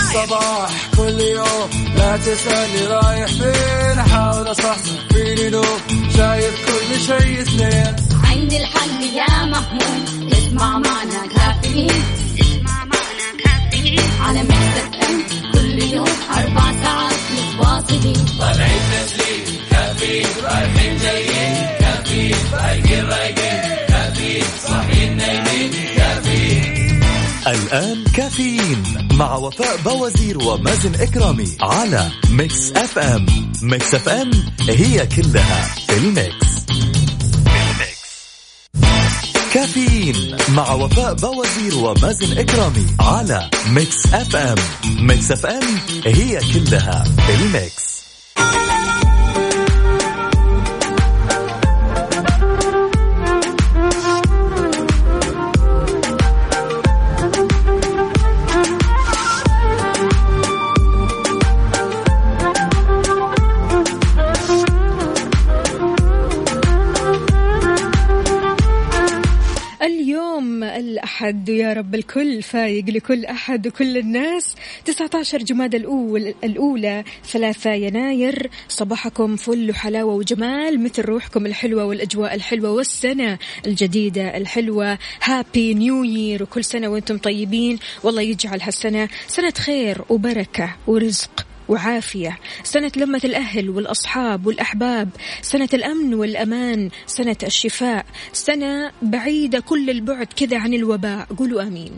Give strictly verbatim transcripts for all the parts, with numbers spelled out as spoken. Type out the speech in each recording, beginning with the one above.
الصباح كل يوم لا تسألني رايح فين أحاول أصحصح فيني لو شايف كل شيء سنين عندي الحل يا محمود اسمع معنا كافيين اسمع معنا كافيين على ميكس اف ام كل يوم أربع ساعات متواصلين طالعين تسليم كافيين رايحين جايين كافيين رايقين رايقين كافيين صاحيين نايمين كافيين. الآن كافيين مع وفاء بوازير ومازن إكرامي على ميكس اف ام. ميكس اف ام هي كلها في الميكس. كافيين مع وفاء بوازير ومازن إكرامي على ميكس اف ام. ميكس اف ام هي كلها في الميكس. الأحد يا رب الكل فايق لكل أحد وكل الناس. تسعة عشر جماد الأول الأولى ثلاثة يناير. صباحكم فل وحلاوة وجمال مثل روحكم الحلوة والأجواء الحلوة والسنة الجديدة الحلوة. هابي نيو يير وكل سنة وانتم طيبين. والله يجعل هالسنة سنة خير وبركة ورزق وعافية. سنة لمة الأهل والأصحاب والأحباب. سنة الأمن والأمان. سنة الشفاء. سنة بعيدة كل البعد كذا عن الوباء. قولوا آمين.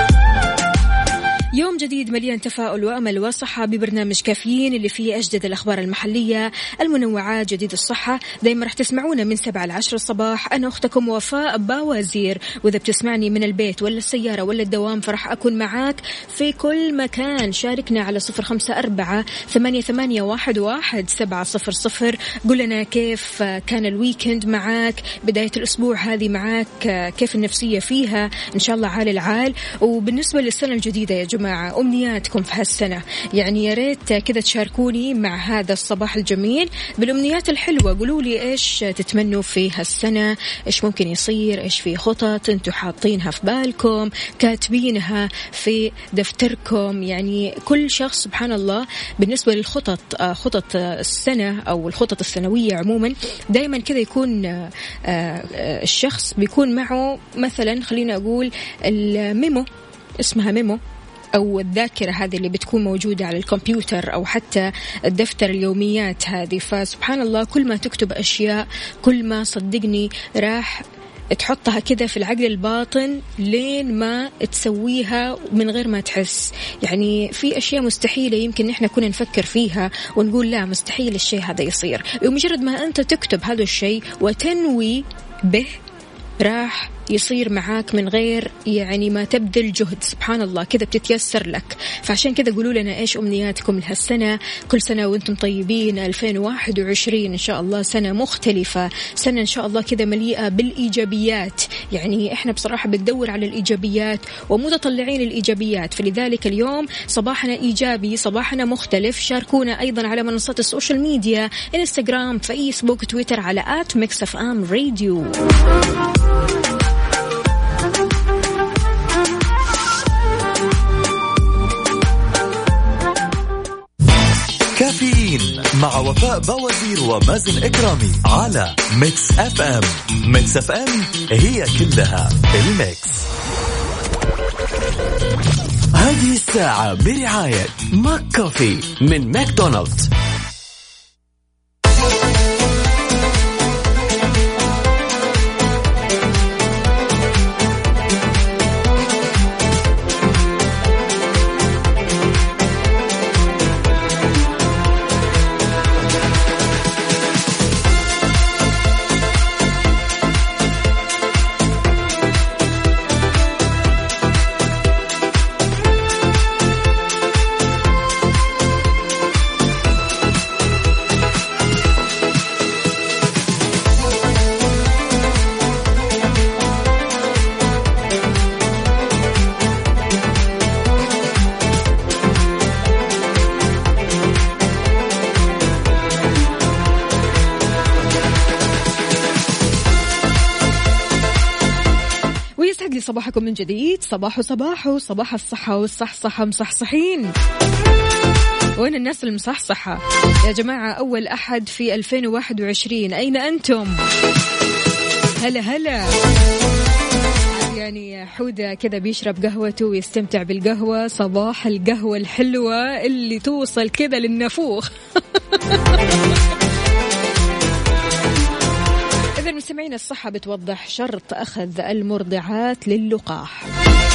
يوم جديد مليان تفاؤل وأمل وصحة ببرنامج كافيين اللي فيه أجدد الأخبار المحلية المنوعات جديد الصحة. دايما رح تسمعونا من سبعة لعشر الصباح. أنا أختكم وفاء باوزير، وإذا بتسمعني من البيت ولا السيارة ولا الدوام فرح أكون معاك في كل مكان. شاركنا على صفر خمسة أربعة ثمانية ثمانية واحد واحد سبعة صفر صفر. قل لنا كيف كان الويكند معاك، بداية الأسبوع هذه معاك كيف النفسية فيها، إن شاء الله عال العال. وبالنسبة للسنة الجديدة يا جماعة مع أمنياتكم في هالسنة، يعني يا ريت كذا تشاركوني مع هذا الصباح الجميل بالأمنيات الحلوة. قولوا لي إيش تتمنوا في هالسنة، إيش ممكن يصير، إيش في خطط أنتوا حاطينها في بالكم كاتبينها في دفتركم. يعني كل شخص سبحان الله بالنسبة للخطط، خطط السنة أو الخطط السنوية عموما دايما كذا يكون الشخص بيكون معه مثلا خلينا أقول الميمو، اسمها ميمو أو الذاكرة هذه اللي بتكون موجودة على الكمبيوتر أو حتى الدفتر اليوميات هذه. فسبحان الله كل ما تكتب أشياء كل ما صدقني راح تحطها كده في العقل الباطن لين ما تسويها من غير ما تحس. يعني في أشياء مستحيلة يمكن نحن كنا نفكر فيها ونقول لا مستحيل الشيء هذا يصير، ومجرد ما أنت تكتب هذا الشيء وتنوي به راح يصير معاك من غير يعني ما تبذل جهد. سبحان الله كذا بتتيسر لك. فعشان كذا قولوا لنا إيش أمنياتكم لهالسنة. كل سنة وانتم طيبين. ألفين وواحد وعشرين إن شاء الله سنة مختلفة، سنة إن شاء الله كذا مليئة بالإيجابيات. يعني إحنا بصراحة بندور على الإيجابيات ومتطلعين الإيجابيات، فلذلك اليوم صباحنا إيجابي، صباحنا مختلف. شاركونا أيضا على منصات السوشيال ميديا، إنستغرام، فيسبوك، تويتر على آت ميكس اف ام راديو. كافيين مع وفاء بوازير ومازن إكرامي على ميكس اف ام. ميكس اف ام هي كلها الميكس. هذه الساعة برعاية ماك كوفي من ماكدونالدز. صباحكم من جديد. صباح صباح صباح الصحة والصحصحة مصحصحين. وين الناس المصحصحة يا جماعة؟ أول أحد في ألفين وواحد وعشرين، أين أنتم؟ هلا هلا. يعني حودة كذا بيشرب قهوته ويستمتع بالقهوة، صباح القهوة الحلوة اللي توصل كذا للنافوخ. إذا مستمعين الصحة بتوضح شرط أخذ المرضعات للقاح.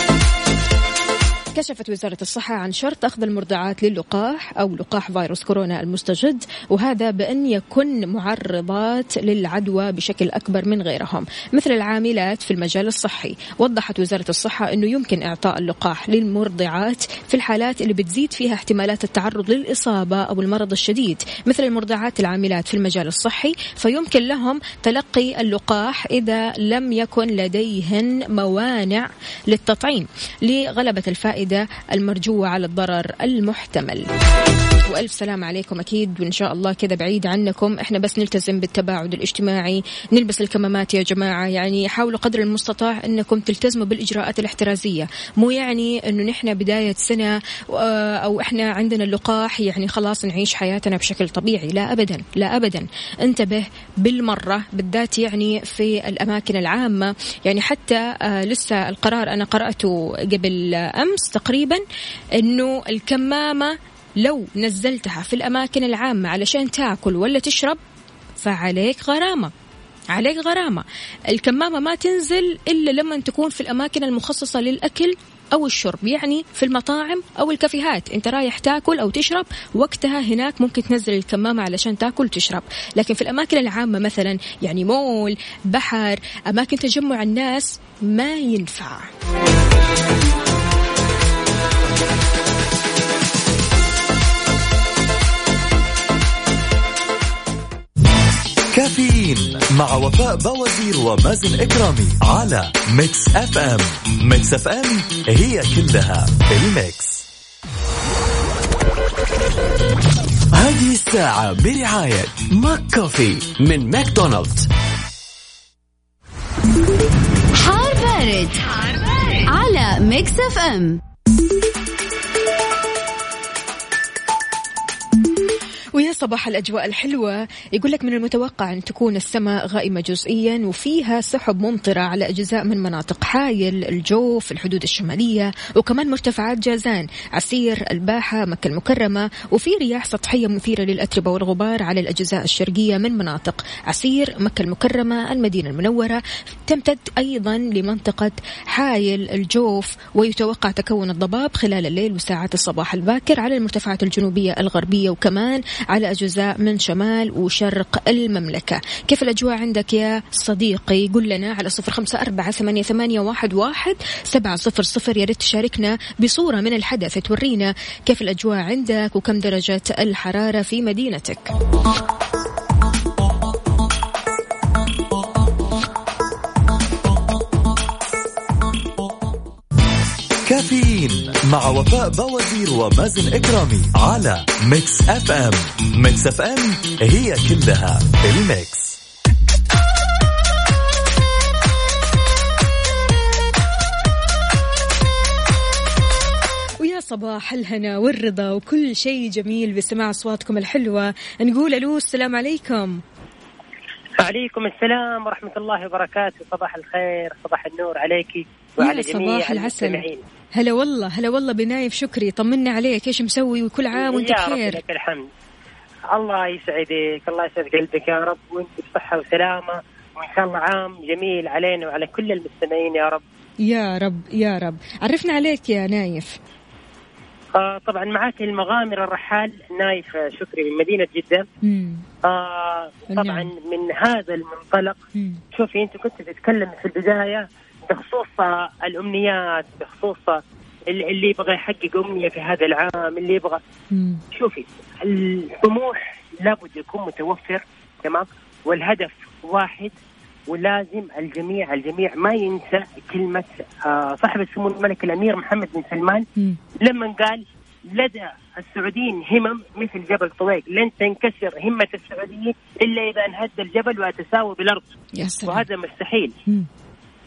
كشفت وزارة الصحة عن شرط أخذ المرضعات للقاح أو لقاح فيروس كورونا المستجد، وهذا بأن يكون معرضات للعدوى بشكل أكبر من غيرهم مثل العاملات في المجال الصحي. وضحت وزارة الصحة أنه يمكن إعطاء اللقاح للمرضعات في الحالات اللي بتزيد فيها احتمالات التعرض للإصابة أو المرض الشديد مثل المرضعات العاملات في المجال الصحي، فيمكن لهم تلقي اللقاح إذا لم يكن لديهن موانع للتطعيم لغلبة الفائدة المرجوة على الضرر المحتمل. وألف سلام عليكم أكيد، وإن شاء الله كذا بعيد عنكم. إحنا بس نلتزم بالتباعد الاجتماعي، نلبس الكمامات يا جماعة. يعني حاولوا قدر المستطاع أنكم تلتزموا بالإجراءات الاحترازية. مو يعني أنه نحن بداية سنة أو إحنا عندنا اللقاح يعني خلاص نعيش حياتنا بشكل طبيعي. لا أبدا، لا أبدا. انتبه بالمرة، بالذات يعني في الأماكن العامة. يعني حتى آه لسه القرار أنا قرأته قبل أمس تقريبا أنه الكمامة لو نزلتها في الأماكن العامة علشان تأكل ولا تشرب فعليك غرامة، عليك غرامة. الكمامة ما تنزل إلا لما تكون في الأماكن المخصصة للأكل أو الشرب، يعني في المطاعم أو الكافيهات. أنت رايح تأكل أو تشرب، وقتها هناك ممكن تنزل الكمامة علشان تأكل وتشرب. لكن في الأماكن العامة مثلا يعني مول، بحر، أماكن تجمع الناس ما ينفع. كافيين مع وفاء بوازير ومازن إكرامي على ميكس أف أم. ميكس أف أم هي كلها الميكس. هذه الساعة برعاية ماك كوفي من ماكدونالدز. حار بارد على ميكس أف أم. ويا صباح الأجواء الحلوة. يقول لك من المتوقع أن تكون السماء غائمة جزئيا وفيها سحب ممطرة على أجزاء من مناطق حايل، الجوف، الحدود الشمالية، وكمان مرتفعات جازان، عسير، الباحة، مكة المكرمة. وفي رياح سطحية مثيرة للأتربة والغبار على الأجزاء الشرقية من مناطق عسير، مكة المكرمة، المدينة المنورة. تمتد أيضا لمنطقة حايل، الجوف. ويتوقع تكون الضباب خلال الليل وساعات الصباح الباكر على المرتفعات الجنوبية الغربية وكمان على أجزاء من شمال وشرق المملكة. كيف الأجواء عندك يا صديقي؟ قل لنا على صفر خمسة أربعة ثمانية ثمانية واحد واحد سبعة صفر صفر. يا ريت تشاركنا بصورة من الحدث، تورينا كيف الأجواء عندك وكم درجة الحرارة في مدينتك. كافيين مع وفاء بوازير ومازن إكرامي على ميكس أف أم. ميكس أف أم هي كلها الميكس. ويا صباح الهنا والرضا وكل شيء جميل بسماع أصواتكم الحلوة. نقول ألو، السلام عليكم. وعليكم السلام ورحمة الله وبركاته. صباح الخير، صباح النور عليكي وعلى جميع المستمعين. هلا والله، هلا والله بنايف شكري. طمنا عليك، ايش مسوي وكل عام وانت بخير؟ يا رب لك الحمد. الله يسعدك، الله يسعد قلبك يا رب، وانت بصحة وسلامة، وإن شاء الله عام جميل علينا وعلى كل المستمعين يا رب. يا رب يا رب. عرفنا عليك يا نايف. آه طبعا معاك المغامر الرحال نايف شكري من مدينة جدة. آه طبعا من هذا المنطلق مم. شوفي انت كنت تتكلم في البداية بخصوص الأمنيات، بخصوص اللي يبغى يحقق أمنية في هذا العام، اللي يبغى مم. شوفي الطموح لابد يكون متوفر، تمام، والهدف واحد، ولازم الجميع الجميع ما ينسى كلمة آه صاحب السمو الملك الأمير محمد بن سلمان م. لما قال لدى السعوديين همم مثل جبل طويق، لن تنكسر همة السعوديين إلا إذا انهد الجبل وتساوي بالأرض، وهذا مستحيل. م.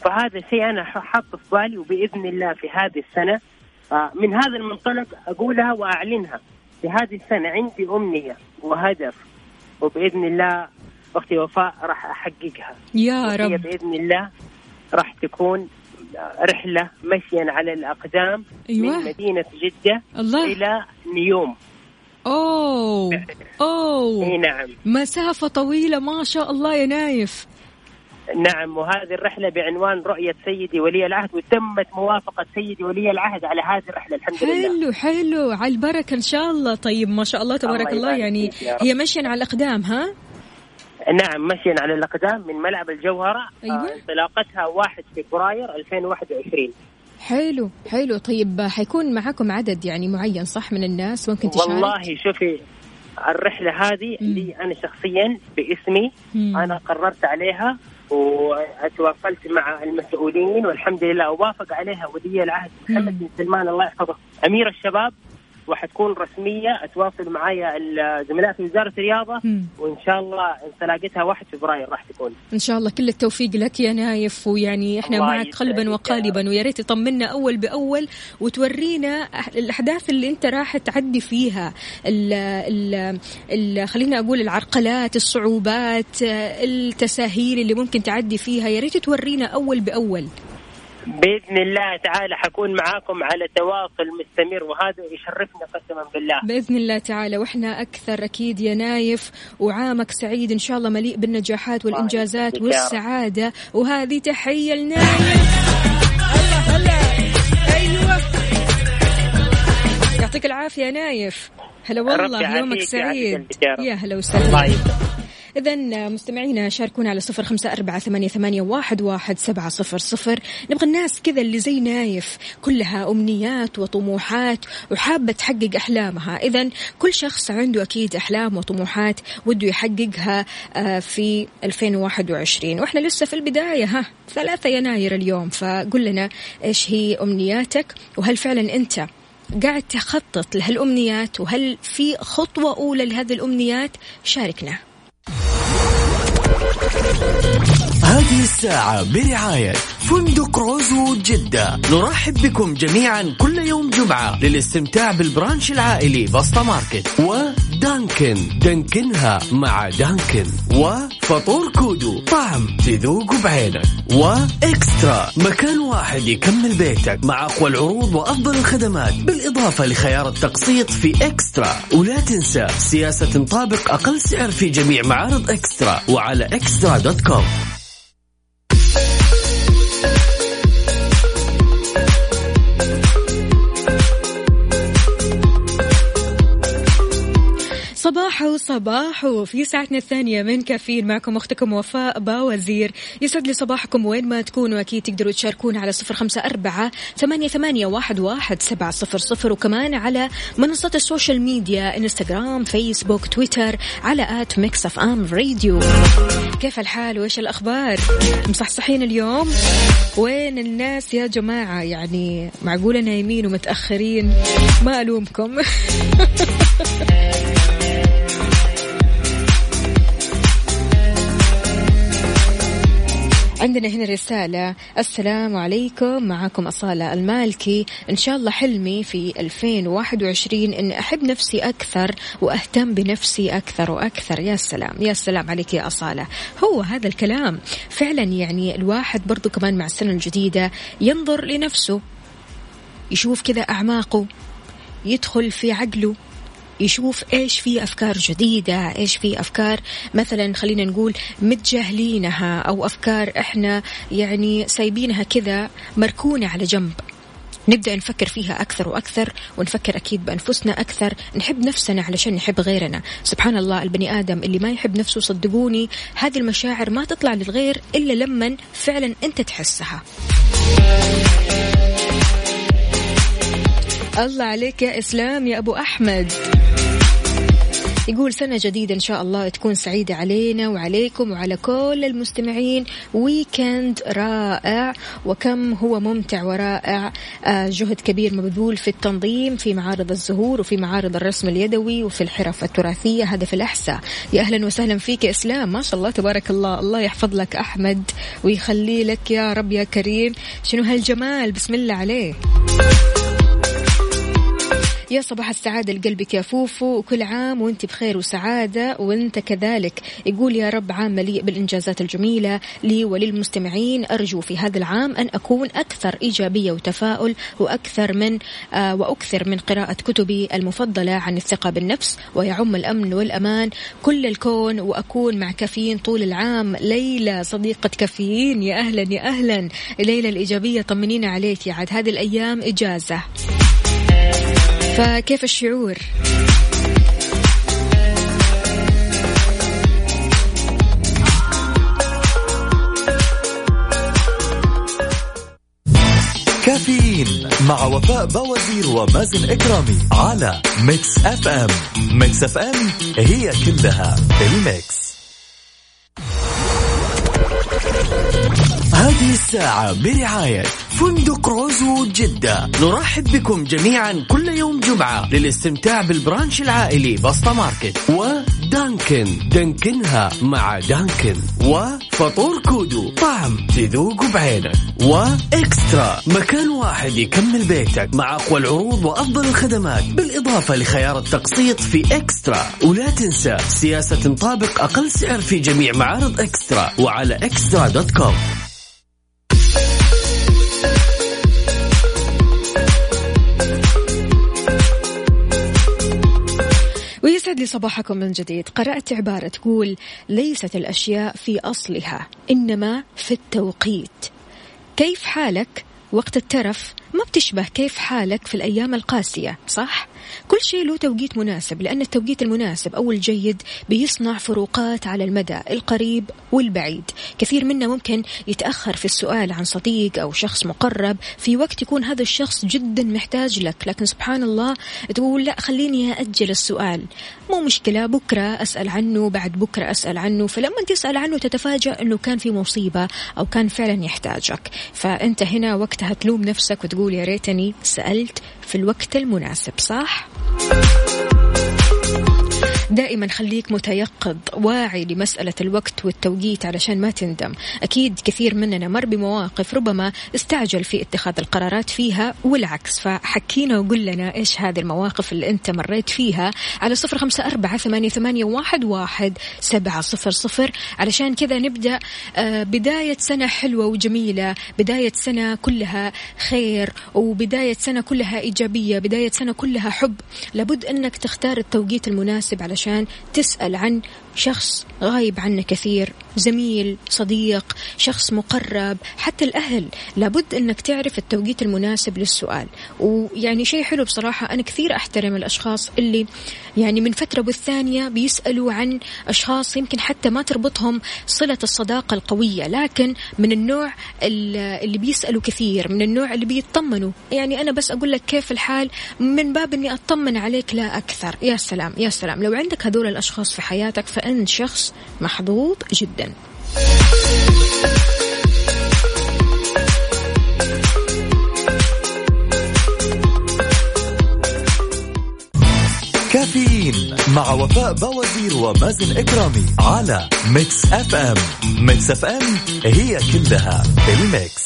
فهذا شيء أنا حاطه في بالي، وبإذن الله في هذه السنة من هذا المنطلق أقولها وأعلنها. في هذه السنة عندي أمنية وهدف، وبإذن الله أختي وفاء راح أحققها يا رب. بإذن الله راح تكون رحلة مشيا على الأقدام. أيوة. من مدينة جدة الله. إلى نيوم. أوه أوه إيه نعم، مسافة طويلة ما شاء الله يا نايف. نعم، وهذه الرحلة بعنوان رؤية سيدي ولي العهد، وتمت موافقة سيدي ولي العهد على هذه الرحلة الحمد حلو لله. حلو حلو، على البركة إن شاء الله. طيب ما شاء الله تبارك الله, الله يعني هي مشيا على الأقدام ها؟ نعم مشيا على الأقدام من ملعب الجوهرة. أيوة. آه انطلاقتها واحد فبراير ألفين وواحد وعشرين. حلو حلو. طيب حيكون معكم عدد يعني معين صح من الناس ممكن تشارك؟ والله شوفي الرحلة هذه لي أنا شخصيا باسمي. مم. أنا قررت عليها وأتواصلت مع المسؤولين والحمد لله ووافق عليها ولي العهد محمد بن سلمان الله يحفظه أمير الشباب، وحتكون رسمية. أتواصل معايا الزملاء في وزارة الرياضة. مم. وإن شاء الله انطلاقتها واحد فبراير راح تكون إن شاء الله. كل التوفيق لك يا نايف، ويعني إحنا معك قلبا وقالبا، ويا ريت تطمنا أول بأول وتورينا الأحداث اللي أنت راح تعدي فيها، ال ال ال خلينا أقول العرقلات، الصعوبات، التساهيل اللي ممكن تعدي فيها، يا ريت تورينا أول بأول. بإذن الله تعالى حكون معاكم على تواصل مستمر، وهذا يشرفنا قسما بالله بإذن الله تعالى، وإحنا أكثر أكيد يا نايف. وعامك سعيد إن شاء الله مليء بالنجاحات والإنجازات والسعادة، وهذه تحية لنايف. الله هلا. أيوة يعطيك العافية نايف. هلا والله يومك سعيد. يا هلا وسهلا. إذن مستمعينا شاركونا على صفر خمسة أربعة ثمانية ثمانية واحد واحد سبعة صفر صفر. نبغى الناس كذا اللي زي نايف كلها أمنيات وطموحات وحابة تحقق أحلامها. إذن كل شخص عنده أكيد أحلام وطموحات وده يحققها في ألفين وواحد وعشرين، وإحنا لسه في البداية، ها ثلاثة يناير اليوم. فقل لنا إيش هي أمنياتك، وهل فعلا أنت قاعد تخطط لهالأمنيات، وهل في خطوة أولى لهذه الأمنيات؟ شاركنا. هذه الساعة برعاية فندق روزو جدة. نرحب بكم جميعا كل يوم جمعة للاستمتاع بالبرانش العائلي بسطة ماركت، ودانكن دانكنها مع دانكن، وفطور كودو طعم تذوق بعينك، وإكسترا مكان واحد يكمل بيتك مع أقوى العروض وأفضل الخدمات، بالإضافة لخيار التقسيط في إكسترا. ولا تنسى سياسة تنطبق أقل سعر في جميع معارض إكسترا وعلى إكسترا دوت كوم. صباحو صباحو في ساعتنا الثانية من كافيين، معكم أختكم وفاء باوزير. يسعد لي صباحكم وين ما تكونوا. أكيد تقدروا تشاركونا على صفر خمسة أربعة ثمانية ثمانية واحد واحد سبعة صفر صفر، وكمان على منصات السوشيال ميديا إنستغرام فيسبوك تويتر على آت ميكس أف أم راديو. كيف الحال وإيش الأخبار؟ مصحصحين اليوم؟ وين الناس يا جماعة؟ يعني معقولة نايمين ومتأخرين؟ ما ألومكم. عندنا هنا رسالة: السلام عليكم، معكم أصالة المالكي. إن شاء الله حلمي في ألفين وواحد وعشرين إن أحب نفسي أكثر وأهتم بنفسي أكثر وأكثر. يا سلام يا سلام عليك يا أصالة. هو هذا الكلام فعلا، يعني الواحد برضو كمان مع السنة الجديدة ينظر لنفسه، يشوف كذا أعماقه، يدخل في عقله، يشوف إيش في أفكار جديدة، إيش في أفكار مثلا خلينا نقول متجاهلينها، أو أفكار إحنا يعني سايبينها كذا مركونة على جنب، نبدأ نفكر فيها أكثر وأكثر، ونفكر أكيد بأنفسنا أكثر، نحب نفسنا علشان نحب غيرنا. سبحان الله، البني آدم اللي ما يحب نفسه صدقوني هذه المشاعر ما تطلع للغير إلا لما فعلا أنت تحسها. الله عليك يا إسلام يا أبو أحمد. يقول سنة جديدة إن شاء الله تكون سعيدة علينا وعليكم وعلى كل المستمعين. ويكند رائع، وكم هو ممتع ورائع. جهد كبير مبذول في التنظيم، في معارض الزهور وفي معارض الرسم اليدوي وفي الحرف التراثية، هذا في الأحساء. يا أهلا وسهلا فيك إسلام، ما شاء الله تبارك الله. الله يحفظ لك أحمد ويخلي لك يا رب يا كريم. شنو هالجمال، بسم الله عليه. يا صباح السعادة لقلبك يا فوفو، وكل عام وانت بخير وسعادة وانت كذلك. يقول يا رب عام مليء بالإنجازات الجميلة لي وللمستمعين. أرجو في هذا العام أن أكون أكثر إيجابية وتفاؤل، وأكثر من آه وأكثر من قراءة كتبي المفضلة عن الثقة بالنفس، ويعم الأمن والأمان كل الكون، وأكون مع كافيين طول العام. ليلى صديقة كافيين، يا أهلا يا أهلا ليلى الإيجابية، طمنينا عليك يا عاد، هذه الأيام إجازة، فكيف الشعور؟ كافيين مع وفاء بوازير ومازن إكرامي على ميكس اف ام. ميكس اف ام هي كلها الميكس. هذه الساعة برعاية فندق روزو جدة. نرحب بكم جميعا كل يوم جمعة للاستمتاع بالبرانش العائلي بسطة ماركت، ودانكن دانكنها مع دانكن، وفطور كودو طعم تذوق بعينك، وإكسترا مكان واحد يكمل بيتك مع أقوى العروض وأفضل الخدمات، بالإضافة لخيار التقسيط في إكسترا. ولا تنسى سياسة تنطبق أقل سعر في جميع معارض إكسترا وعلى إكسترا دوت كوم. ويسعد لي صباحكم من جديد. قرأت عبارة تقول ليست الأشياء في أصلها إنما في التوقيت. كيف حالك وقت الترف ما بتشبه كيف حالك في الأيام القاسية، صح؟ كل شيء له توقيت مناسب، لأن التوقيت المناسب أو الجيد بيصنع فروقات على المدى القريب والبعيد. كثير منا ممكن يتأخر في السؤال عن صديق أو شخص مقرب في وقت يكون هذا الشخص جدا محتاج لك، لكن سبحان الله تقول لا خليني أأجل السؤال، مو مشكلة بكرة أسأل عنه، بعد بكرة أسأل عنه. فلما تسأل عنه تتفاجأ أنه كان في مصيبة أو كان فعلا يحتاجك، فأنت هنا وقتها تلوم نفسك وتقول يا ريتني سألت في الوقت المناسب، صح؟ دائما خليك متيقظ واعي لمسألة الوقت والتوقيت علشان ما تندم. أكيد كثير مننا مر بمواقف ربما استعجل في اتخاذ القرارات فيها والعكس، فحكينا وقل لنا إيش هذه المواقف اللي أنت مريت فيها على صفر خمسة أربعة ثمانية ثمانية واحد واحد سبعة صفر صفر. علشان كذا نبدأ بداية سنة حلوة وجميلة، بداية سنة كلها خير، وبداية سنة كلها إيجابية، بداية سنة كلها حب. لابد أنك تختار التوقيت المناسب علشان عشان تسأل عن شخص غايب عنه كثير، زميل، صديق، شخص مقرب، حتى الأهل. لابد أنك تعرف التوقيت المناسب للسؤال. ويعني شيء حلو بصراحة، أنا كثير أحترم الأشخاص اللي يعني من فترة والثانية بيسألوا عن أشخاص يمكن حتى ما تربطهم صلة الصداقة القوية، لكن من النوع اللي بيسألوا كثير، من النوع اللي بيطمنوا. يعني أنا بس أقول لك كيف الحال من باب أني أطمن عليك لا أكثر. يا سلام يا سلام، لو عندك هذول الأشخاص في حياتك فأنت شخص محظوظ جدا. كافيين مع وفاء بوازير ومازن إكرامي على ميكس اف ام. ميكس اف ام هي كلها الميكس.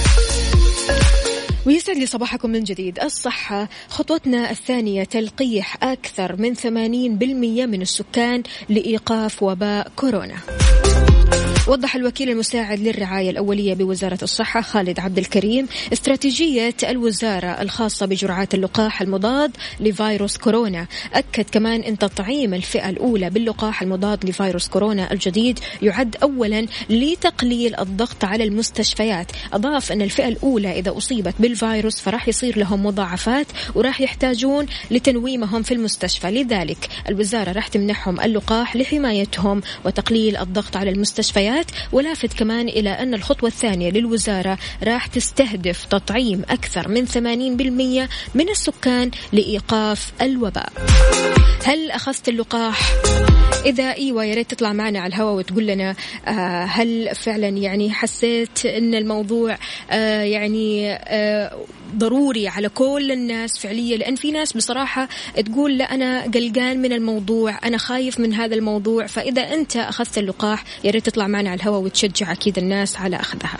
ويسعد لي صباحكم من جديد. الصحة خطوتنا الثانية تلقيح أكثر من ثمانين بالمئة من السكان لإيقاف وباء كورونا. وضح الوكيل المساعد للرعاية الأولية بوزارة الصحة خالد عبد الكريم استراتيجية الوزارة الخاصة بجرعات اللقاح المضاد لفيروس كورونا. أكد كمان أن تطعيم الفئة الأولى باللقاح المضاد لفيروس كورونا الجديد يعد أولا لتقليل الضغط على المستشفيات. أضاف أن الفئة الأولى إذا أصيبت بالفيروس فراح يصير لهم مضاعفات وراح يحتاجون لتنويمهم في المستشفى، لذلك الوزارة راح تمنحهم اللقاح لحمايتهم وتقليل الضغط على المستشفيات السيارات. ولافت كمان إلى أن الخطوة الثانية للوزارة راح تستهدف تطعيم أكثر من ثمانين بالمئة من السكان لإيقاف الوباء. هل أخذت اللقاح؟ إذا إيوة يا ريت تطلع معنا على الهواء وتقول لنا آه هل فعلا يعني حسيت أن الموضوع آه يعني آه ضروري على كل الناس فعليا، لأن في ناس بصراحة تقول لا أنا قلقان من الموضوع، أنا خايف من هذا الموضوع. فإذا أنت أخذت اللقاح يا ريت تطلع معنا على الهواء وتشجع أكيد الناس على أخذها.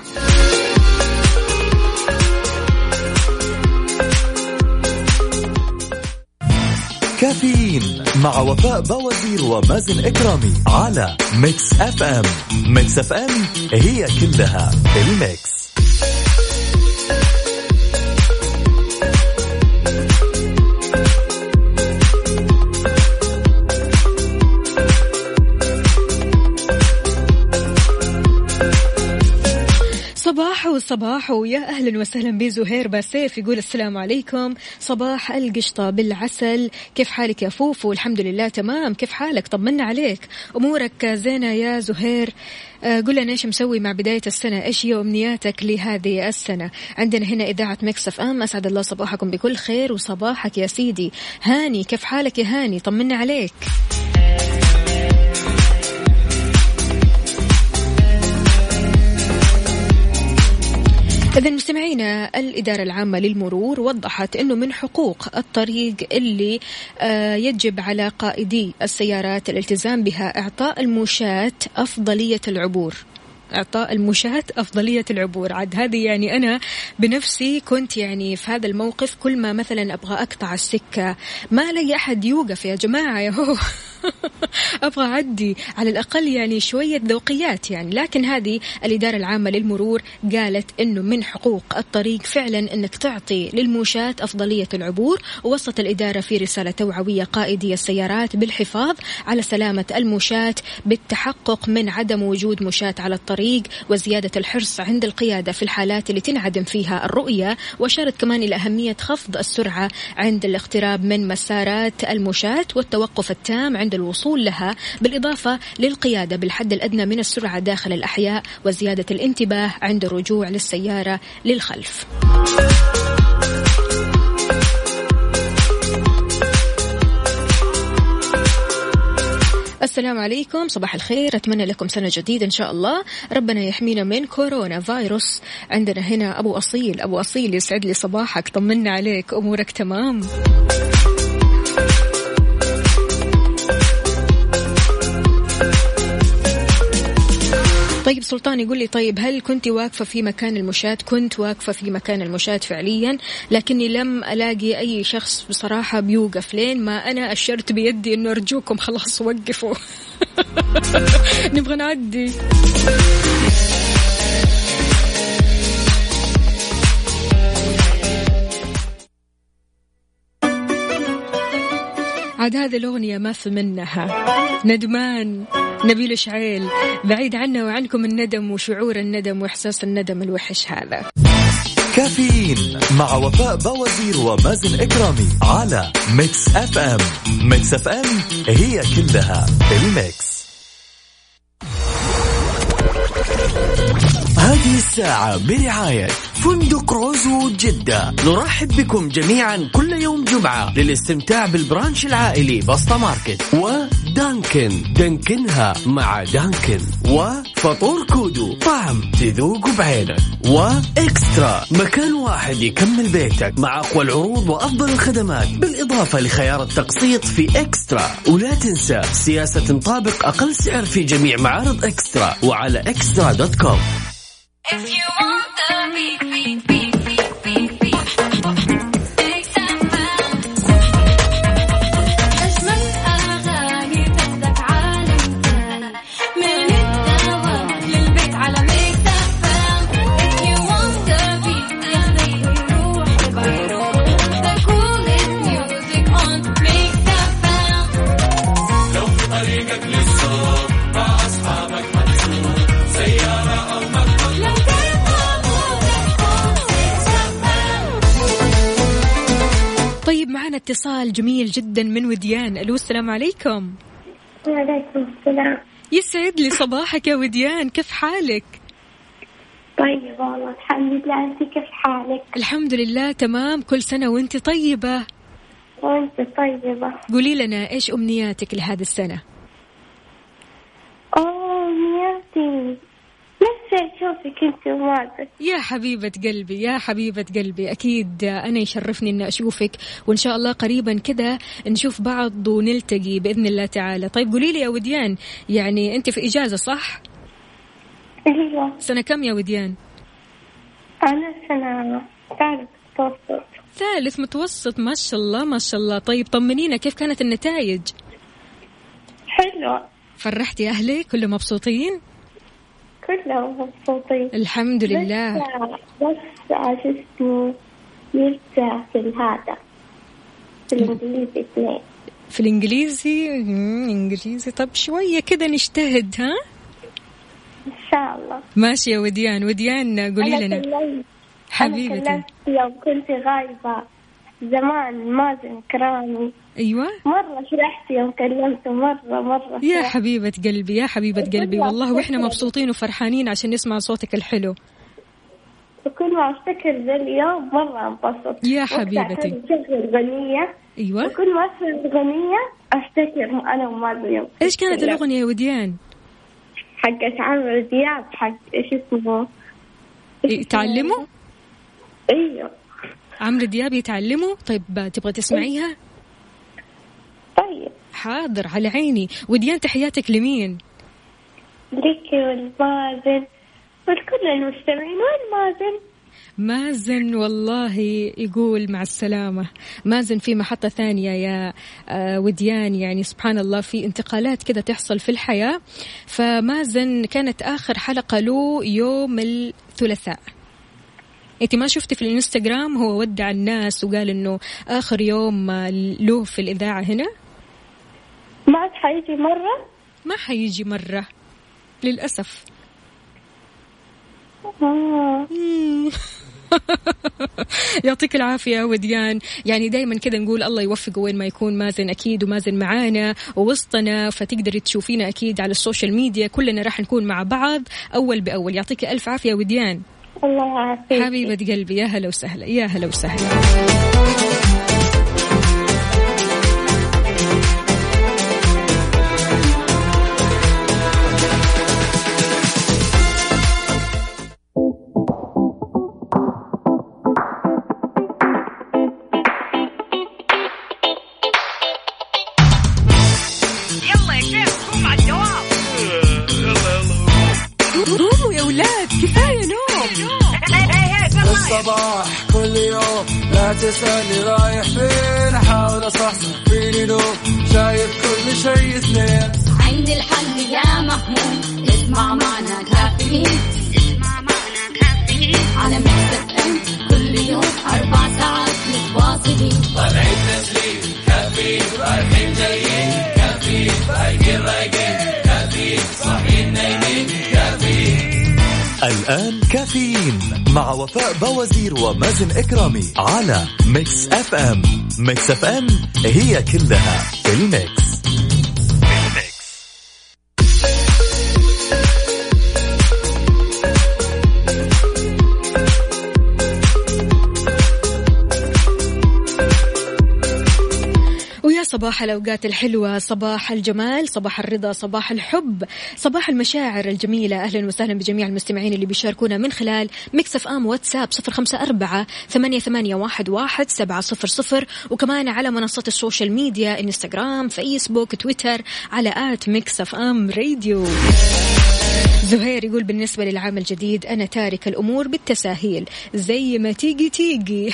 كافيين مع وفاء بوازير ومازن إكرامي على ميكس اف ام. ميكس اف ام هي كلها الميكس. صباحو صباحو، يا أهلا وسهلا بزهير باسيف يقول السلام عليكم، صباح القشطة بالعسل، كيف حالك يا فوفو؟ الحمد لله تمام، كيف حالك؟ طمنا عليك، أمورك زينة يا زهير؟ قل لنا إيش مسوي مع بداية السنة، إيش هي أمنياتك لهذه السنة؟ عندنا هنا إذاعة ميكس اف ام، أسعد الله صباحكم بكل خير. وصباحك يا سيدي هاني، كيف حالك يا هاني؟ طمنا عليك. إذا مستمعينا، الإدارة العامة للمرور وضحت أنه من حقوق الطريق اللي يجب على قائدي السيارات الالتزام بها إعطاء المشاة أفضلية العبور. إعطاء المشاة أفضلية العبور. عاد هذه يعني أنا بنفسي كنت يعني في هذا الموقف، كل ما مثلا أبغى أقطع السكة ما لي أحد يوقف يا جماعة يا هو أبغى أعدي على الأقل يعني شوية ذوقيات يعني. لكن هذه الإدارة العامة للمرور قالت إنه من حقوق الطريق فعلا إنك تعطي للمشاة أفضلية العبور. ووصت الإدارة في رسالة توعوية قائدي السيارات بالحفاظ على سلامة المشاة بالتحقق من عدم وجود مشاة على الطريق وزيادة الحرص عند القيادة في الحالات اللي تنعدم فيها الرؤية. وأشارت كمان إلى أهمية خفض السرعة عند الاقتراب من مسارات المشاة والتوقف التام عند الوصول لها، بالإضافة للقيادة بالحد الأدنى من السرعة داخل الأحياء وزيادة الانتباه عند الرجوع للسيارة للخلف. السلام عليكم، صباح الخير، أتمنى لكم سنة جديدة إن شاء الله، ربنا يحمينا من كورونا فيروس. عندنا هنا أبو أصيل، أبو أصيل يسعد لي صباحك، طمنا عليك، أمورك تمام؟ طيب سلطان يقول لي طيب هل كنت واقفة في مكان المشاة؟ كنت واقفة في مكان المشاة فعليا، لكني لم ألاقي أي شخص بصراحة بيوقف لين ما أنا أشرت بيدي إنه أرجوكم خلاص وقفوا نبغى نعدي. عاد هذه الأغنية ما في منها، ندمان نبيل شعيل، بعيد عنا وعنكم الندم وشعور الندم وإحساس الندم الوحش هذا. كافيين مع وفاء بوازير ومازن إكرامي على ميكس اف ام. ميكس اف ام هي كلها الميكس. هذه الساعة برعاية فندق روزو جدة. نرحب بكم جميعا كل يوم جمعة للاستمتاع بالبرانش العائلي بسطة ماركت، ودانكن دانكنها مع دانكن، وفطور كودو طعم تذوق بعينك، وإكسترا مكان واحد يكمل بيتك مع أقوى العروض وأفضل الخدمات، بالإضافة لخيار التقسيط في إكسترا. ولا تنسى سياسة تنطابق أقل سعر في جميع معارض إكسترا وعلى إكسترا دوت كوم. If you want the beat, beat, beat, beat, beat, beat, Mix اف ام. أجمل أغاني تاخدك عالم ثاني، من الدوام للبيت على Mix اف ام. If you want the beat, ياخدك ويروح بيروح. The coolest music on Mix اف ام. لو في طريقك للسوق مع أصحابك مكسور سيارة أو طيب معنا اتصال جميل جدا من وديان. ألو السلام عليكم. وعليكم السلام. يسعد لي صباحك يا وديان، كيف حالك؟ طيب والله الحمد لله، أنت كيف حالك؟ الحمد لله تمام، كل سنة وأنت طيبة. وأنت طيبة. قولي لنا إيش أمنياتك لهذه السنة؟ أمنياتي نفسي أشوفك أنت ومازن. يا حبيبة قلبي يا حبيبة قلبي، أكيد أنا يشرفني أن أشوفك، وإن شاء الله قريبا كده نشوف بعض ونلتقي بإذن الله تعالى. طيب قولي لي يا وديان، يعني أنت في إجازة صح؟ أيوة. سنة كم يا وديان؟ أنا سنة ثالث متوسط. ثالث متوسط، ما شاء الله ما شاء الله. طيب طمنينا، كيف كانت النتائج؟ حلوة. فرحتي أهلك؟ كله مبسوطين؟ كلهم مبسوطين الحمد لله. بس بس اسمه يرجع في هذا في الإنجليزي اثنين. في الإنجليزي إنجليزي طب شوية كده نجتهد ها إن شاء الله. ماشي يا وديان. وديان قولي لنا حبيبتي. أنا يوم كنت غايبة زمان مازن كرامي. أيوة مرة فرحت يوم كلمته، مرة مرة يا فرحت. حبيبة قلبي يا حبيبة قلبي، والله وإحنا مبسوطين وفرحانين عشان نسمع صوتك الحلو. وكل ما أفتكر ذا اليوم مرة أنبسط يا حبيبتي. أشغل غنية. أيوة. وكل ما أسمع الغنية أفتكر أنا ومازن يوم. إيش كانت الأغنية يا وديان؟ حقت عمرو دياب، حق إيش اسمه؟ إيه تعلموا؟ أيوه عمرو دياب يتعلموا. طيب تبغى تسمعيها؟ طيب حاضر على عيني. وديان تحياتك لمين؟ لك والمازن والكل المستمعين. وين مازن؟ مازن والله يقول مع السلامة. مازن في محطة ثانية يا وديان، يعني سبحان الله في انتقالات كده تحصل في الحياة. فمازن كانت آخر حلقة له يوم الثلاثاء. انت ما شفتي في الانستغرام هو ودع الناس وقال انه آخر يوم له في الإذاعة هنا؟ ما حيجي مرة؟ ما حيجي مرة للأسف. آه. يعطيك العافية وديان. يعني دايما كذا نقول الله يوفقه وين ما يكون مازن أكيد، ومازن معانا ووسطنا، فتقدري تشوفينا أكيد على السوشيال ميديا، كلنا راح نكون مع بعض أول بأول. يعطيك ألف عافية وديان. الله يعافيك حبيبة قلبي. يا هلا وسهلا يا هلا وسهلا. الصباح كل يوم لا تسألني رايح فين، أحاول أصحصح فيني لو شايف كل شيء اثنين. عندي الحل يا محمود، اسمع معنا كافيين، اسمع معنا كافيين على ميكس اف ام كل يوم أربع ساعات متواصلين. طالعين تسليم كافيين، رايحين جايين كافيين، فايقين رايقين كافيين، صاحيين نايمين كافيين. الآن كافيين مع وفاء بوازير ومازن إكرامي على ميكس اف ام. ميكس اف ام هي كلها الميكس. صباح الأوقات الحلوة، صباح الجمال، صباح الرضا، صباح الحب، صباح المشاعر الجميلة. أهلا وسهلا بجميع المستمعين اللي بيشاركونا من خلال ميكس اف ام واتساب صفر خمسة أربعة ثمانية ثمانية واحد واحد سبعة صفر صفر، وكمان على منصات السوشيال ميديا إنستغرام فيسبوك تويتر على آت ميكس اف ام راديو. زهير يقول بالنسبة للعام الجديد أنا تارك الأمور بالتساهيل، زي ما تيجي تيجي.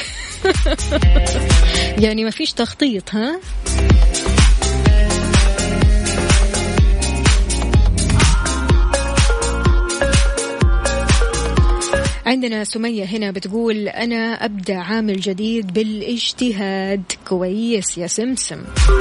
يعني ما فيش تخطيط ها؟ عندنا سمية هنا بتقول أنا أبدأ عام الجديد بالاجتهاد. كويس يا سمسم.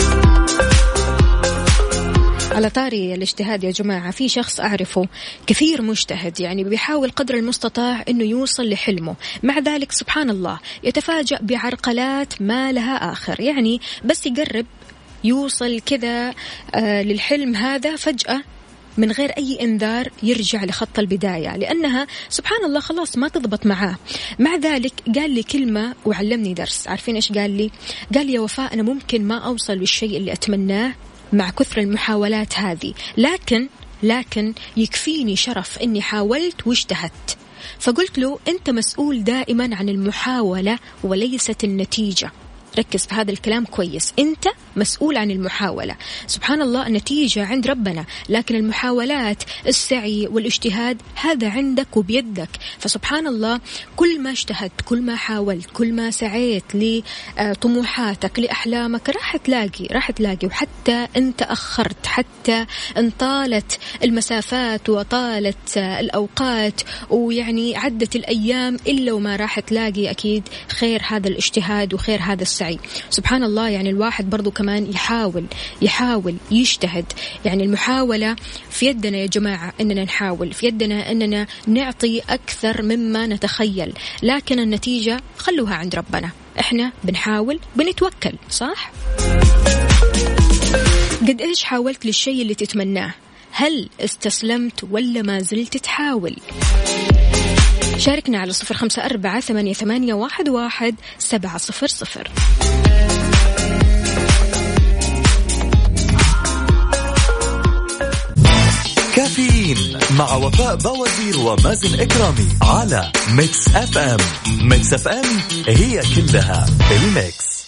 على طاري الاجتهاد يا جماعة، في شخص أعرفه كثير مجتهد، يعني بيحاول قدر المستطاع أنه يوصل لحلمه، مع ذلك سبحان الله يتفاجأ بعرقلات ما لها آخر. يعني بس يقرب يوصل كذا آه للحلم هذا، فجأة من غير أي إنذار يرجع لخط البداية، لأنها سبحان الله خلاص ما تضبط معاه. مع ذلك قال لي كلمة وعلمني درس. عارفين إيش قال لي؟ قال لي يا وفاء أنا ممكن ما أوصل للشيء اللي أتمناه مع كثر المحاولات هذه، لكن لكن يكفيني شرف إني حاولت واجتهدت. فقلت له أنت مسؤول دائما عن المحاولة وليست النتيجة. ركز في هذا الكلام كويس، أنت مسؤول عن المحاولة. سبحان الله النتيجة عند ربنا، لكن المحاولات السعي والاجتهاد هذا عندك وبيدك. فسبحان الله كل ما اجتهدت، كل ما حاولت، كل ما سعيت لطموحاتك لأحلامك راح تلاقي راح تلاقي وحتى أنت أخرت، حتى انطالت المسافات وطالت الأوقات ويعني عدت الأيام، إلا وما راح تلاقي أكيد خير هذا الاجتهاد وخير هذا السعي. سبحان الله يعني الواحد برضو كمان يحاول يحاول يجتهد. يعني المحاولة في يدنا يا جماعة، إننا نحاول، في يدنا إننا نعطي أكثر مما نتخيل، لكن النتيجة خلوها عند ربنا. إحنا بنحاول بنتوكل، صح؟ قد إيش حاولت للشيء اللي تتمناه؟ هل استسلمت ولا ما زلت تحاول؟ شاركنا على صفر خمسة أربعة ثمانية ثمانية واحد واحد سبعة صفر صفر. كافيين مع وفاء بوازير ومازن إكرامي على ميكس أف أم. ميكس أف أم هي كلها الميكس.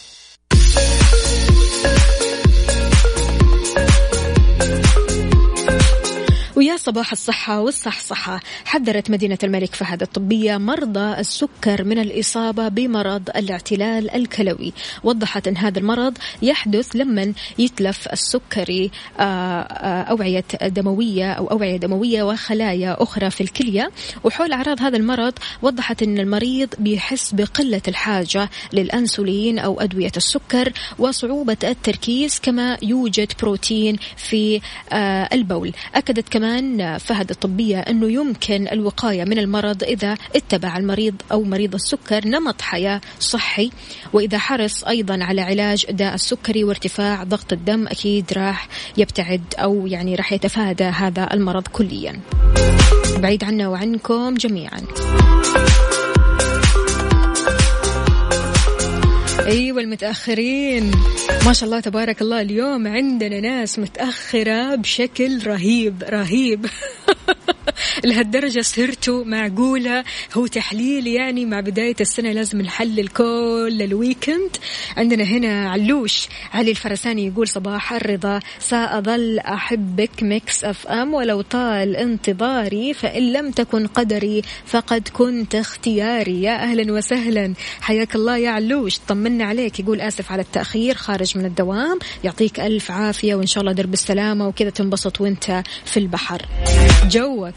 ويا صباح الصحة والصحصحة. حذرت مدينة الملك فهد الطبية مرضى السكر من الإصابة بمرض الاعتلال الكلوي. وضحت أن هذا المرض يحدث لما يتلف السكري أوعية دموية أو أوعية دموية وخلايا أخرى في الكلية. وحول أعراض هذا المرض وضحت أن المريض بيحس بقلة الحاجة للأنسولين أو أدوية السكر وصعوبة التركيز، كما يوجد بروتين في البول. أكدت كمان فهد الطبية أنه يمكن الوقاية من المرض إذا اتبع المريض أو مريض السكر نمط حياة صحي، وإذا حرص أيضا على علاج داء السكري وارتفاع ضغط الدم أكيد راح يبتعد أو يعني راح يتفادى هذا المرض كليا. بعيد عنا وعنكم جميعا. أيوة المتأخرين ما شاء الله تبارك الله، اليوم عندنا ناس متأخرة بشكل رهيب رهيب لهالدرجة صرتوا معقولة؟ هو تحليل يعني مع بداية السنة لازم نحلل كل الويكند. عندنا هنا علوش علي الفرساني يقول صباح الرضا، سأظل أحبك ميكس أف أم ولو طال انتظاري، فإن لم تكن قدري فقد كنت اختياري. يا أهلا وسهلا، حياك الله يا علوش، طمنا عليك. يقول آسف على التأخير، خارج من الدوام، يعطيك ألف عافية وإن شاء الله درب السلامة وكذا تنبسط وانت في البحر جوك.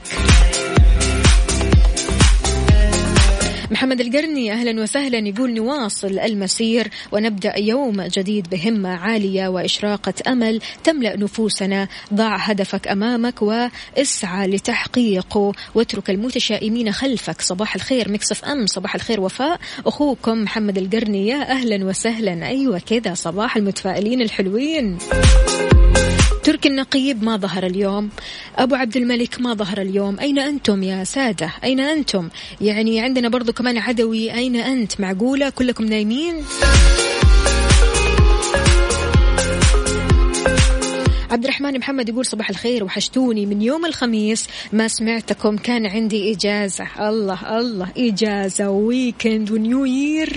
محمد القرني أهلا وسهلا يقول نواصل المسير ونبدأ يوم جديد بهمة عالية وإشراقة أمل تملأ نفوسنا. ضع هدفك أمامك واسعى لتحقيقه واترك المتشائمين خلفك. صباح الخير ميكس أف أم، صباح الخير وفاء، أخوكم محمد القرني. يا أهلا وسهلا. أيوة كذا صباح المتفائلين الحلوين. تركي النقيب ما ظهر اليوم، أبو عبد الملك ما ظهر اليوم. أين أنتم يا سادة؟ أين أنتم؟ يعني عندنا برضو كمان عدوي، أين أنت؟ معقولة كلكم نايمين؟ عبد الرحمن محمد يقول صباح الخير، وحشتوني من يوم الخميس ما سمعتكم، كان عندي إجازة. الله الله، إجازة وويكند ونيو يير.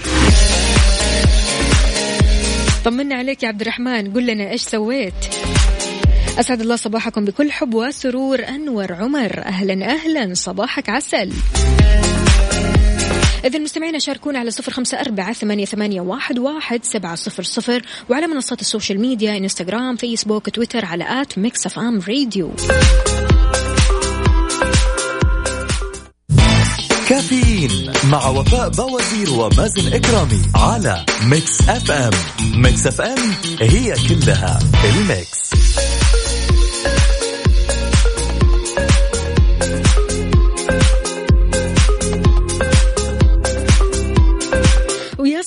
طمنا عليك يا عبد الرحمن، قل لنا إيش سويت. أسعد الله صباحكم بكل حب وسرور. أنور عمر أهلا أهلا، صباحك عسل. إذا المستمعين شاركونا على صفر خمسة أربعة ثمانية ثمانية واحد واحد سبعة صفر صفر، وعلى منصات السوشيال ميديا إنستغرام فيسبوك تويتر على آت ميكس أف أم راديو. كافيين مع وفاء بوازير ومازن إكرامي على ميكس أف أم. ميكس أف أم هي كلها الميكس.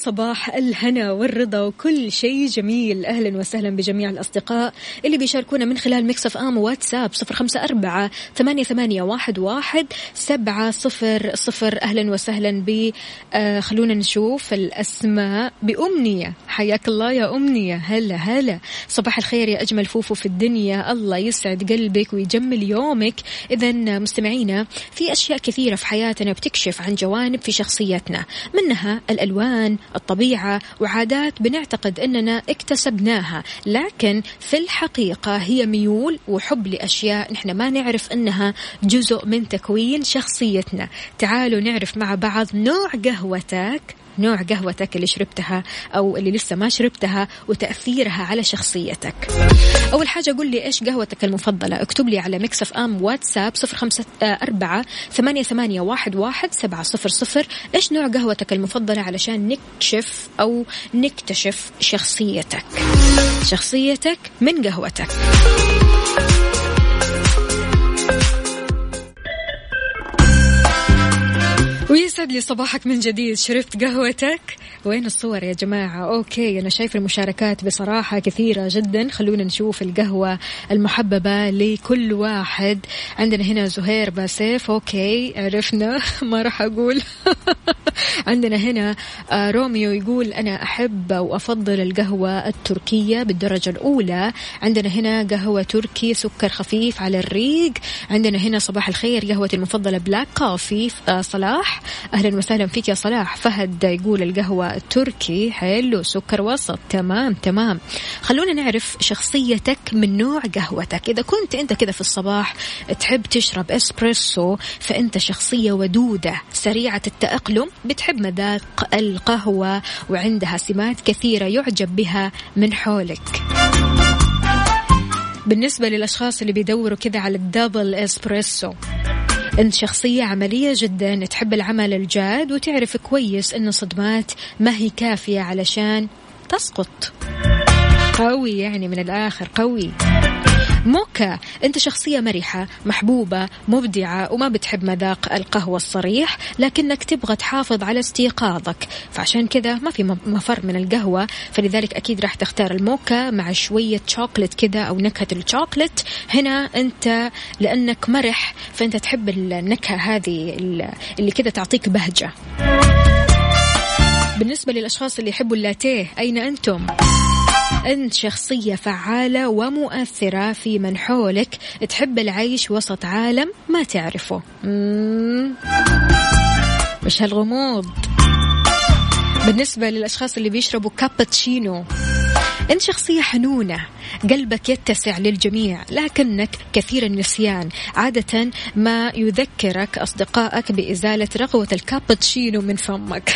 صباح الهنا والرضا وكل شيء جميل. أهلا وسهلا بجميع الأصدقاء اللي بيشاركونا من خلال ميكس أف أم واتساب صفر خمسة أربعة ثمانية ثمانية واحد واحد سبعة صفر صفر. أهلا وسهلا ب آه خلونا نشوف الأسماء. بأمنية، حياك الله يا أمنية. هلا هلا، صباح الخير يا أجمل فوفو في الدنيا، الله يسعد قلبك ويجمل يومك. إذا مستمعينا، في أشياء كثيرة في حياتنا بتكشف عن جوانب في شخصيتنا، منها الألوان، الطبيعة، وعادات بنعتقد أننا اكتسبناها، لكن في الحقيقة هي ميول وحب لأشياء نحن ما نعرف أنها جزء من تكوين شخصيتنا. تعالوا نعرف مع بعض نوع قهوتك نوع قهوتك اللي شربتها أو اللي لسه ما شربتها وتأثيرها على شخصيتك. أول حاجة قل لي إيش قهوتك المفضلة، اكتب لي على ميكس أف أم واتساب صفر خمسة أربعة ثمانية ثمانية واحد واحد سبعة صفر صفر. إيش نوع قهوتك المفضلة علشان نكشف أو نكتشف شخصيتك شخصيتك من قهوتك. ويسعد لي صباحك من جديد. شربت قهوتك؟ وين الصور يا جماعة؟ أوكي، أنا شايف المشاركات بصراحة كثيرة جدا. خلونا نشوف القهوة المحببة لكل واحد. عندنا هنا زهير باسيف، أوكي عرفنا ما راح أقول. عندنا هنا روميو يقول أنا أحب وأفضل القهوة التركية بالدرجة الأولى. عندنا هنا قهوة تركي سكر خفيف على الريق. عندنا هنا صباح الخير، قهوتي المفضلة بلاك كوفي. صلاح أهلا وسهلا فيك يا صلاح. فهد يقول القهوة التركي حلو سكر وسط. تمام تمام. خلونا نعرف شخصيتك من نوع قهوتك. إذا كنت أنت كذا في الصباح تحب تشرب إسبريسو، فأنت شخصية ودودة سريعة التأقلم، بتحب مذاق القهوة وعندها سمات كثيرة يعجب بها من حولك. بالنسبة للأشخاص اللي بيدوروا كذا على الدبل إسبريسو، أنت شخصية عملية جدا، تحب العمل الجاد وتعرف كويس أن صدمات ما هي كافية علشان تسقط. قوي يعني، من الآخر قوي. موكا، أنت شخصية مرحة محبوبة مبدعة وما بتحب مذاق القهوة الصريح، لكنك تبغى تحافظ على استيقاظك، فعشان كذا ما في مفر من القهوة، فلذلك أكيد راح تختار الموكا مع شوية شوكولات كذا أو نكهة الشوكولات. هنا أنت لأنك مرح فأنت تحب النكهة هذه اللي كذا تعطيك بهجة. بالنسبة للأشخاص اللي يحبوا اللاتيه، أين أنتم؟ أنت شخصية فعالة ومؤثرة في من حولك، تحب العيش وسط عالم ما تعرفه. مش هالغموض. بالنسبة للأشخاص اللي بيشربوا كابتشينو، أنت شخصية حنونة، قلبك يتسع للجميع لكنك كثير النسيان، عادة ما يذكرك أصدقائك بإزالة رغوة الكابتشينو من فمك.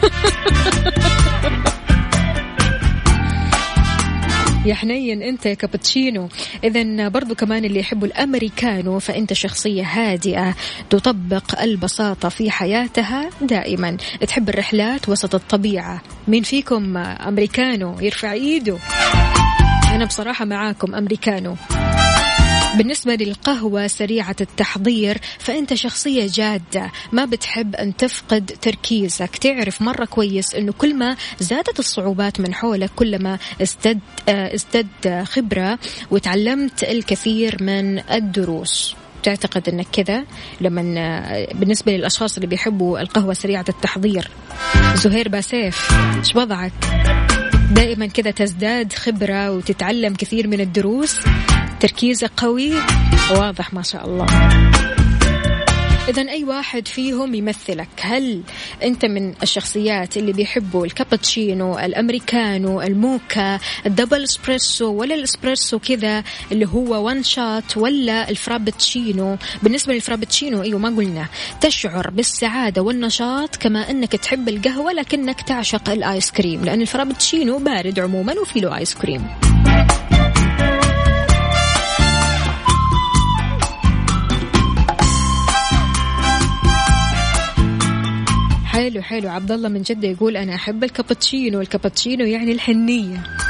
يا حنين أنت يا كابتشينو. إذن برضو كمان اللي يحبوا الأمريكانو، فأنت شخصية هادئة تطبق البساطة في حياتها دائما، تحب الرحلات وسط الطبيعة. مين فيكم أمريكانو يرفع إيده؟ أنا بصراحة معاكم أمريكانو. بالنسبة للقهوة سريعة التحضير، فأنت شخصية جادة ما بتحب أن تفقد تركيزك، تعرف مرة كويس أنه كل ما زادت الصعوبات من حولك كلما ازدد ازدد خبرة وتعلمت الكثير من الدروس. تعتقد أنك كذا لما بالنسبة للأشخاص اللي بيحبوا القهوة سريعة التحضير. زهير باسيف، إيش وضعك؟ دائما كذا تزداد خبرة وتتعلم كثير من الدروس، تركيزك قوي واضح ما شاء الله. إذن أي واحد فيهم يمثلك. هل أنت من الشخصيات اللي بيحبوا الكابتشينو، الأمريكانو، الموكا، الدبل اسبريسو، ولا الاسبريسو كذا اللي هو وان شات، ولا الفرابتشينو؟ بالنسبة للفرابتشينو أيوة ما قلنا، تشعر بالسعادة والنشاط كما أنك تحب القهوة لكنك تعشق الآيس كريم، لأن الفرابتشينو بارد عموما وفي له آيس كريم. حلو حلو. عبد الله من جدة يقول أنا أحب الكابتشينو، الكابتشينو يعني الحنية.